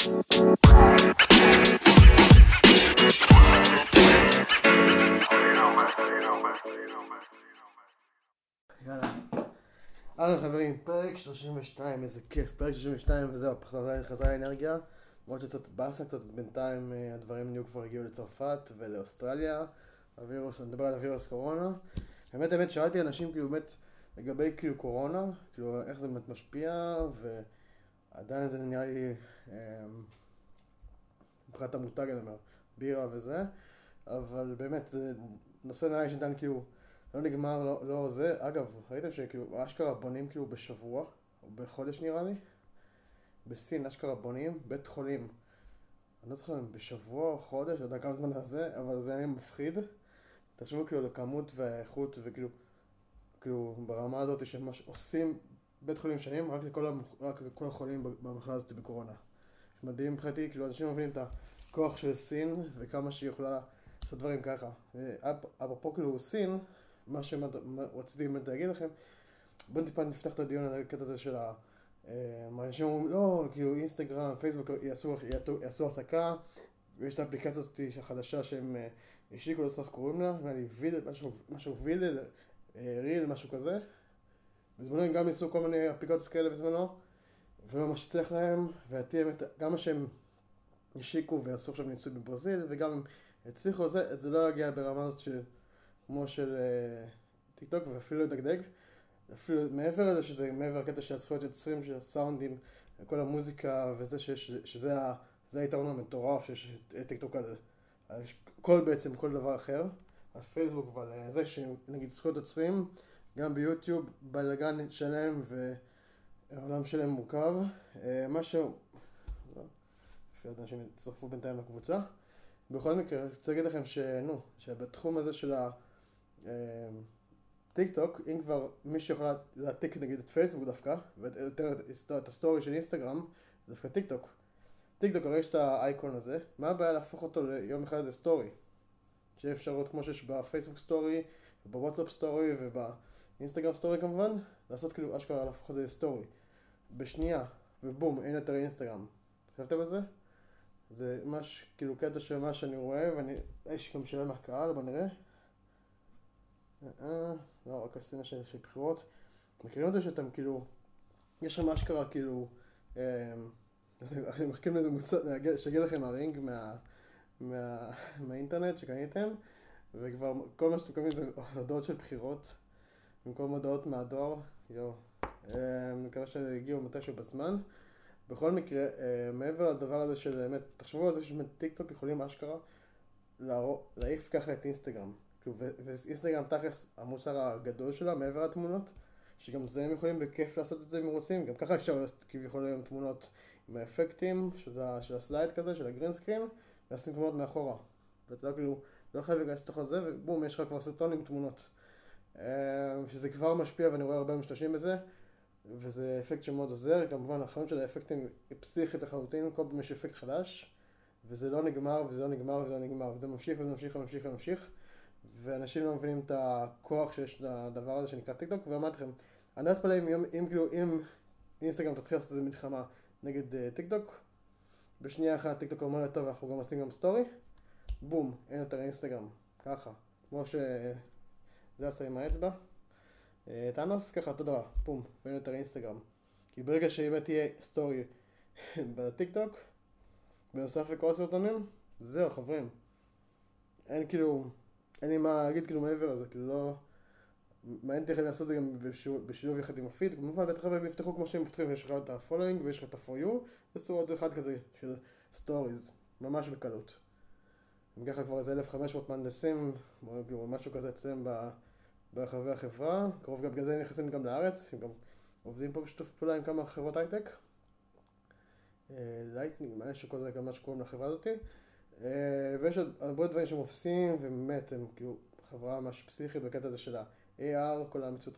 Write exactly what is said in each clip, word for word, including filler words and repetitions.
יאללה. אהלן חברים, פרק שלושים ושתיים, איזה כיף, פרק שלושים ושתיים וזהו, חזרה האנרגיה. למרות שקצת באסה, קצת בינתיים הדברים נהיו כבר הגיעו לצרפת ולאוסטרליה. הווירוס, אני מדבר על הווירוס קורונה. באמת, באמת, שאלתי אנשים כאילו באמת לגבי כאילו קורונה, כאילו איך זה באמת משפיע, ועדיין זה נראה לי מבחינת המותג, אני אומר, בירה וזה. אבל באמת, זה נושא נראה לי שניתן כאילו לא נגמר, לא, לא זה. אגב, ראיתם שכאילו אשכרה בונים כאילו בשבוע, או בחודש נראה לי, בסין אשכרה בונים בית חולים. אני לא זוכר אם בשבוע או חודש, לא יודע כמה זמן זה, אבל זה היה מפחיד. תחשבו כאילו לכמות והאיכות וכאילו, כאילו ברמה הזאת שמש עושים בית חולים שנים רק לכל, המח... רק לכל החולים במחלה הזאת בקורונה. מדהים מבחינתי, כאילו אנשים מבינים את הכוח של סין וכמה שהיא יכולה לעשות דברים ככה. אפרופו כאילו סין, מה שרציתי באמת להגיד לכם, בואו טיפה נפתח את הדיון על הקטע הזה של ה... אנשים אומרים, לא, כאילו אינסטגרם, פייסבוק יעשו, יעשו הרצקה, ויש את האפליקציה הזאת החדשה שהם השיקו, לא צריך קוראים לה, נראה לי וידל, משהו, משהו וידל, ריל, משהו כזה. בזמנו הם גם ניסו כל מיני אפליקציות כאלה בזמנו, ולא מה שצריך להם, גם מה שהם השיקו ויעשו עכשיו ניסוי בברזיל, וגם הם הצליחו, זה, זה לא יגיע ברמה הזאת של, כמו של טיק טוק, ואפילו לדגדג. אפילו מעבר לזה שזה מעבר הקטע של הזכויות יוצרים, של הסאונדים, כל המוזיקה וזה שיש, שזה זה היתרון המטורף שיש טיק טוק על, על כל בעצם, כל דבר אחר, על פייסבוק ועל זה שנגיד זכויות יוצרים, גם ביוטיוב, בלגן שלם והעולם שלם מורכב. משהו, לא, לפי עוד אנשים יצטרפו בינתיים לקבוצה. בכל מקרה, אני רוצה להגיד לכם שנו, שבתחום הזה של ה... טיק טוק, אם כבר מי שיכולה להעתיק נגיד את פייסבוק דווקא, ויותר את הסטורי של אינסטגרם, דווקא טיק טוק. טיק טוק הרי יש את האייקון הזה, מה הבעיה להפוך אותו ליום אחד לסטורי? שיהיה אפשרות כמו שיש בפייסבוק סטורי, ובוואטסאפ סטורי, ובאינסטגרם סטורי כמובן, לעשות כאילו אשכרה להפוך את זה לסטורי. בשנייה, ובום, אין יותר אינסטגרם. חשבתם על זה? זה ממש כאילו קטע של מה שאני רואה, ואני, יש גם שאלה מהקהל, בוא נראה. אה, לא, רק עשינו של בחירות. מכירים את זה שאתם כאילו, יש לכם אשכרה כאילו, אתם מחכים לזה מוצא, שיגיע לכם הרינג מהאינטרנט שקניתם, וכבר כל מה שאתם קוראים זה הודעות של בחירות, במקום הודעות מהדואר, יו. אני מקווה שהגיעו מתישהו בזמן. בכל מקרה, מעבר לדבר הזה של באמת, תחשבו על זה שבאמת טיק טוק יכולים אשכרה להעיף ככה את אינסטגרם. ואינסטגרם תכלס המוצר הגדול שלה מעבר לתמונות, שגם זה הם יכולים בכיף לעשות את זה אם רוצים, גם ככה אפשר כביכול היום תמונות עם האפקטים של הסלייד כזה, של הגרין סקרין, ולשים תמונות מאחורה. ואתה לא כאילו, לא חייב להיכנס לתוך הזה, ובום, יש לך כבר סרטון עם תמונות. שזה כבר משפיע ואני רואה הרבה משתמשים בזה, וזה אפקט שמאוד עוזר. כמובן האחרון של האפקטים היא פסיכית לחלוטין, כל פעם יש אפקט חדש, וזה לא נגמר וזה לא נגמר וזה לא נגמר, וזה ממשיך וממשיך וממשיך וממשיך. ואנשים לא מבינים את הכוח שיש לדבר הזה שנקרא טיק טוק, ואמרתי לכם, אני לא אתפלא אם, אם, כאילו, אם אינסטגרם תתחיל לעשות איזה מלחמה נגד uh, טיק טוק, בשנייה אחת טיק טוק אומר, טוב, אנחנו גם עושים גם סטורי, בום, אין יותר אינסטגרם, ככה, כמו שזה עשה עם האצבע, uh, טאנוס, ככה, אותו דבר, בום, ואין יותר אינסטגרם, כי ברגע שבאמת תהיה סטורי בטיק טוק, בנוסף לכל סרטונים, זהו חברים, אין כאילו, אין לי מה להגיד כאילו מעבר לזה, כאילו לא... מעניין אותי לכם לעשות את זה גם בשילוב יחד עם הפיד, כמובן בטח הם יפתחו כמו שהם פותחים, יש לך את ה-following ויש לך את ה-for you, יעשו עוד אחד כזה של stories, ממש בקלות. אם ככה כבר איזה אלף וחמש מאות מהנדסים, משהו כזה אצלם ברחבי החברה, קרוב גם בגלל זה הם נכנסים גם לארץ, הם גם עובדים פה בשיתוף פעולה עם כמה חברות הייטק. לייטנינג, משהו כזה, גם מה שקוראים לחברה הזאתי. ויש עוד הרבה דברים שהם עושים, ובאמת הם כאילו חברה ממש פסיכית בקטע הזה של ה-איי אר, כל המציאות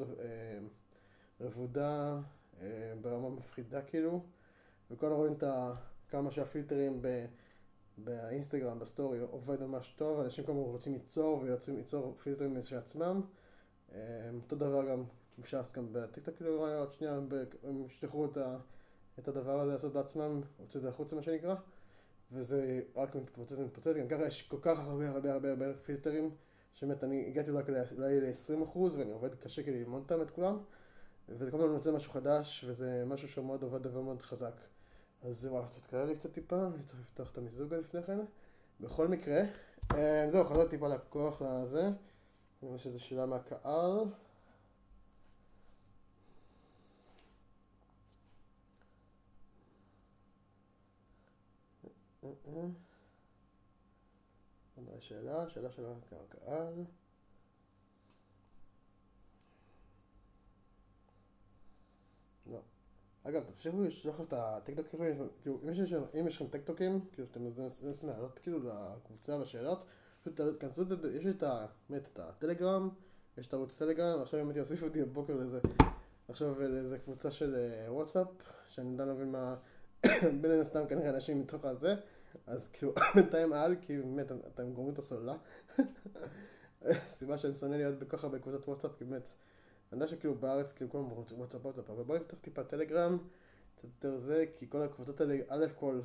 רבודה, ברמה מפחידה כאילו, וכל רואים את כמה שהפילטרים באינסטגרם, בסטורי, עובד ממש טוב, אנשים כמובן רוצים ליצור ויוצאים ליצור פילטרים של עצמם. אותו דבר גם אפשר גם בטיק טוק, כאילו עוד שנייה הם ישלחו את את הדבר הזה לעשות בעצמם, הוציא את זה החוצה מה שנקרא, וזה רק מתפוצץ ומתפוצץ, גם ככה יש כל כך הרבה הרבה הרבה הרבה פילטרים, שבאמת אני הגעתי אולי ל-עשרים אחוז ואני עובד קשה כדי ללמוד אותם את כולם, וזה כל הזמן מוצא משהו חדש, וזה משהו שמאוד עובד דבר מאוד חזק. אז זהו, קצת קרה לי קצת טיפה, אני צריך לפתוח את המיזוג לפני כן. בכל מקרה, זהו, חזרתי טיפה לקוח לזה, יש איזו שאלה מהקהל. שאלה, שאלה של הקהל. לא. אגב, תפסיקו לשלוח את הטיקטוקים, כאילו, אם יש לכם טיקטוקים, כאילו, שאתם מנסים לעלות כאילו לקבוצה בשאלות, פשוט תכנסו את זה, יש את הטלגרם, יש את ערוץ טלגרם, עכשיו באמת יוסיפו אותי בבוקר לזה, עכשיו לאיזה קבוצה של וואטסאפ, שאני יודע להבין מה, בין סתם כנראה אנשים מתוך הזה, אז כאילו, בינתיים על, כי באמת, אתם גורמים את הסוללה. סיבה שאני שונא להיות בכך הרבה קבוצת וואטסאפ, כי באמת, אני יודע שכאילו בארץ, כאילו כל הזמן וואטסאפ וואטסאפ, אבל בואו נפתח טיפה טלגרם, קצת יותר זה, כי כל הקבוצות האלה, א' כל,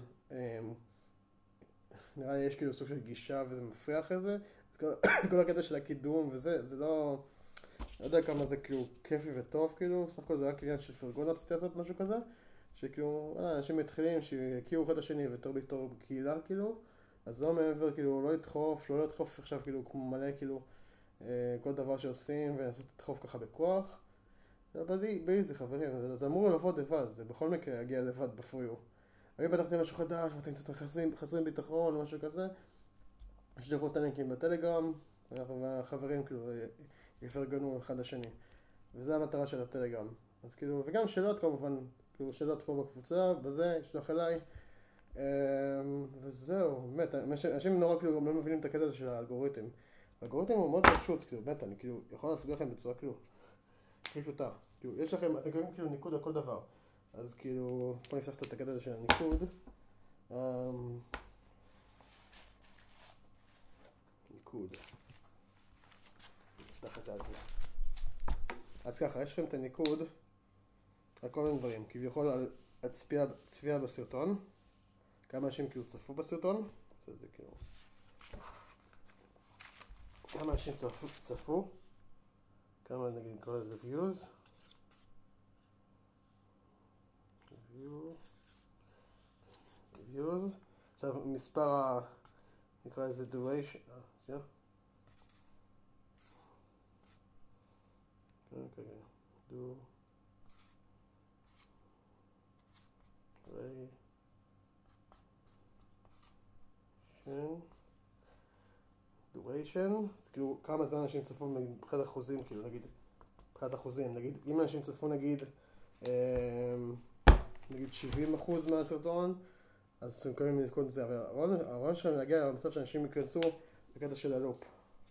נראה לי יש כאילו סוג של גישה וזה מפריע אחרי זה, אז כל, כל הקטע של הקידום וזה, זה לא, לא יודע כמה זה כאילו כיפי וטוב, כאילו, סך הכל זה רק עניין של פרגון רציתי לעשות משהו כזה, שכאילו, אנשים מתחילים, שיכירו אחד השני ויותר בתור בקהילה, כאילו, אז לא מעבר, כאילו, לא לדחוף, לא לדחוף עכשיו, כאילו, כמו מלא, כאילו, כל דבר שעושים ולנסות לדחוף ככה בכוח. זה באיזי, חברים, זה אמור לעבוד לבד, זה בכל מקרה יגיע לבד בפריו. אבל אם פתחתם משהו חדש ואתם קצת חסרים ביטחון או משהו כזה, שתלכו את הלינקים בטלגרם, והחברים כאילו יפרגנו אחד לשני. וזה המטרה של הטלגרם. אז כאילו, וגם שאלות כמובן, כאילו שאלות פה בקבוצה, בזה, ישלח אליי. וזהו, באמת, אנשים נורא כאילו גם לא מבינים את הקטע של האלגוריתם. האלגוריתם הוא מאוד פשוט, כאילו, באמת, אני כאילו יכול להסביר לכם בצורה כאילו, הכי פשוטה. כאילו, יש לכם, אתם קוראים כאילו ניקוד על כל דבר. אז כאילו, פה נפתח את הקטע הזה של הניקוד. ניקוד. נפתח את זה על זה. אז ככה, יש לכם את הניקוד על כל מיני דברים. כביכול על צפייה בסרטון. כמה אנשים כאילו צפו בסרטון. זה זה כאילו... כמה אנשים צפו, צפו. כמה נגיד נקרא לזה views. views. views. עכשיו מספר ה... נקרא לזה duration. אה, אוקיי. do... duration. duration. כאילו כמה זמן אנשים צפו מבחינת אחוזים, כאילו נגיד, מבחינת אחוזים, נגיד, אם אנשים צפו נגיד, נגיד שבעים אחוז מהסרטון, אז הם מקבלים לנקוד את זה, אבל הרעיון שלהם להגיע למצב שאנשים ייכנסו לקטע של הלופ.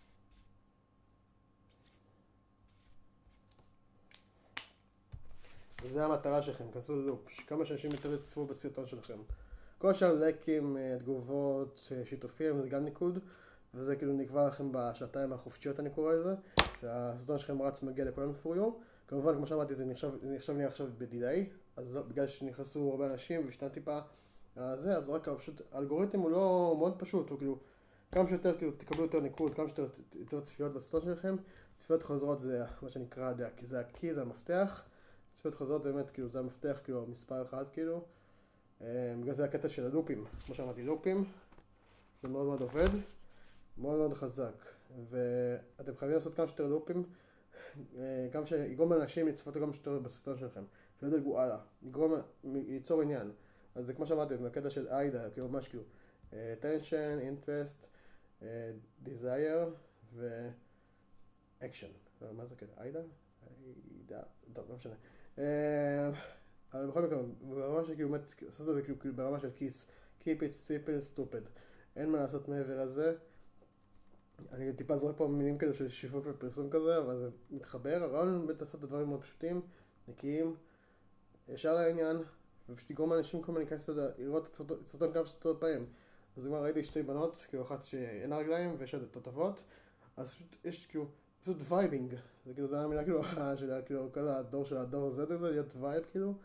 וזה המטרה שלכם, כנסו ללופ, כמה שאנשים יותר יצפו בסרטון שלכם. כל השאר לייקים, תגובות, שיתופים, זה גם ניקוד. וזה כאילו נקבע לכם בשעתיים החופשיות אני קורא לזה, שהסרטון שלכם רץ מגיע לכולם פוריו. כמובן כמו שאמרתי זה נחשב, זה נחשב לי עכשיו בדיליי, אז לא, בגלל שנכנסו הרבה אנשים ושתיים טיפה זה, אז רק פשוט האלגוריתם הוא לא מאוד פשוט, הוא כאילו כמה שיותר כאילו תקבלו יותר ניקוד, כמה שיותר יותר צפיות בסרטון שלכם. צפיות חוזרות זה מה שנקרא, זה הקי, זה המפתח. צפיות חוזרות זה באמת כאילו זה המפתח, כאילו מספר אחד כאילו. בגלל זה הקטע של הלופים, כמו שאמרתי לופים, זה מאוד מאוד עובד. מאוד מאוד חזק, ואתם חייבים לעשות כמה שיותר לופים, כמה שיגרום לאנשים לצפות כמה שיותר בסרטון שלכם, שלא דרגו הלאה, יגרום, ייצור עניין. אז זה כמו שאמרתי, בקטע של איידה, כאילו ממש כאילו, attention, interest, desire ו-action. מה זה קטע? איידה? איידה? טוב, לא משנה. אבל בכל מקרה, ברמה של כאילו, לעשות את זה כאילו ברמה של כיס, keep it simple, stupid. אין מה לעשות מעבר לזה. אני טיפה זורק פה מילים כאלה של שיווק ופרסום כזה, אבל זה מתחבר. הרעיון באמת לעשות את הדברים מאוד פשוטים, נקיים, ישר לעניין, ופשוט לגרום לאנשים כל מיני להיכנס לראות את הסרטון כמה שיותר פעמים. אז כבר ראיתי שתי בנות, כאילו אחת שאין רגליים ויש עוד תותבות, אז פשוט יש כאילו, פשוט וייבינג. זה כאילו, זה המילה כאילו, של כאילו כל הדור של הדור Z הזה, להיות וייב כאילו,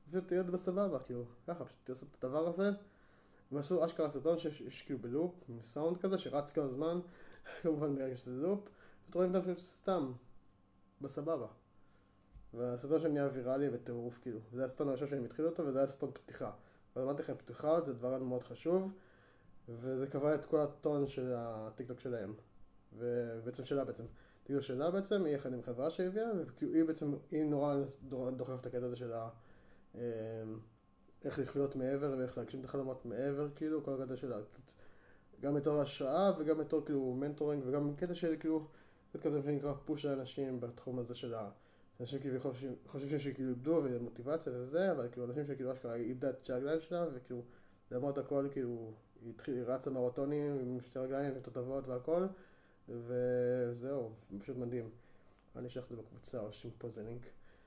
פשוט תהיה בסבבה, כאילו, ככה, פשוט תעשו את הדבר הזה. הם עשו אשכרה סרטון שיש כאילו בלופ, עם סאונד כזה שרץ כל הזמן, כמובן ברגע שזה לופ, פשוט רואים אותם פשוט סתם, בסבבה. והסרטון שם נהיה ויראלי וטירוף כאילו, וזה הסרטון הראשון שאני מתחיל אותו וזה היה סרטון פתיחה. אבל אמרתי לכם פתיחה, זה דבר מאוד חשוב, וזה קבע את כל הטון של הטיקטוק שלהם. ובעצם שלה בעצם, טיקטוק שלה בעצם, היא יחד עם חברה שהביאה, וכאילו היא בעצם, היא נורא דוחפת את הקטע הזה של ה... איך לחיות מעבר ואיך להגשים את החלומות מעבר, כאילו, כל הקטע שלה. גם בתור השראה וגם בתור כאילו מנטורינג וגם קטע של כאילו, זה כזה שנקרא פוש לאנשים בתחום הזה של ה... אנשים כאילו חושבים שכאילו איבדו ומוטיבציה וזה, אבל כאילו אנשים שכאילו אשכרה איבדה את שתי הרגליים שלה וכאילו למרות הכל כאילו היא רצה מרתונים עם שתי רגליים ותותבות והכל וזהו, פשוט מדהים. אני אשלח את זה בקבוצה או שם פה זה לינק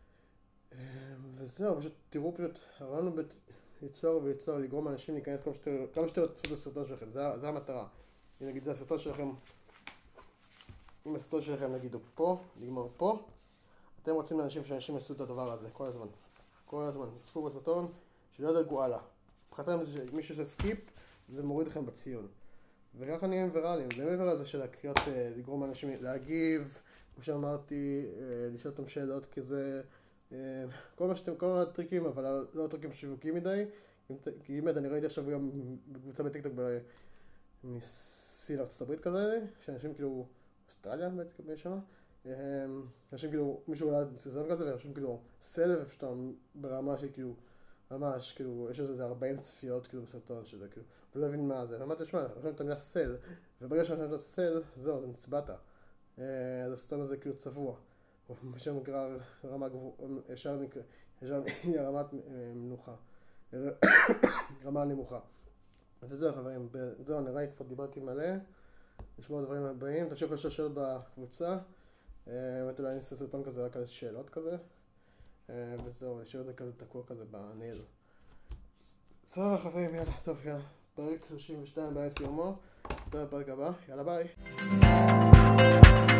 וזהו, פשוט תראו פשוט הרעיון הוא ליצור וליצור, לגרום אנשים להיכנס כמה שיותר לצפות לסרטון שלכם, זה המטרה. אם נגיד זה הסרטון שלכם, אם הסרטון שלכם נגיד הוא פה, נגמר פה, אתם רוצים לאנשים שאנשים יעשו את הדבר הזה, כל הזמן. כל הזמן. תצפו בסרטון, שלא ידלגו הלאה. מבחינתם מי שעושה סקיפ, זה מוריד לכם בציון. וככה נהיים ויראליים. זה מעבר לזה של הקריאות, לגרום אנשים להגיב, כמו שאמרתי, לשאול אותם שאלות כזה, כל מה שאתם, כל מיני טריקים, אבל לא טריקים שיווקיים מדי. כי באמת, אני ראיתי עכשיו גם בקבוצה בטיקטוק מסין ארצות הברית כזה, שאנשים כאילו, אוסטרליה בעצם בשמה, אנשים כאילו, מישהו עולה סרטון כזה ואנשים כאילו סל ופשוט ברמה של כאילו, ממש כאילו, יש איזה ארבעים צפיות כאילו בסרטון שזה כאילו, ולא הבין מה זה, ואמרתי, שמע, אנחנו חושבים את המילה סל, וברגע שאנחנו חושבים את סל, זהו, זה נצבעת. אז הסרטון הזה כאילו צבוע, מה שנקרא רמה גבוהה, ישר נהיה רמת מנוחה, רמה נמוכה. וזהו חברים, זהו נראה לי כבר דיברתי מלא, לשמוע הדברים הבאים, תמשיכו לשאול שאלות בקבוצה. באמת אולי אני אעשה סרטון כזה רק על שאלות כזה וזהו, נשאיר את זה כזה תקוע כזה בנייל. זהו חברים, יאללה, טוב, יאללה, פרק שלושים ושתיים בעיה סיומו, נתראה בפרק הבא, יאללה ביי.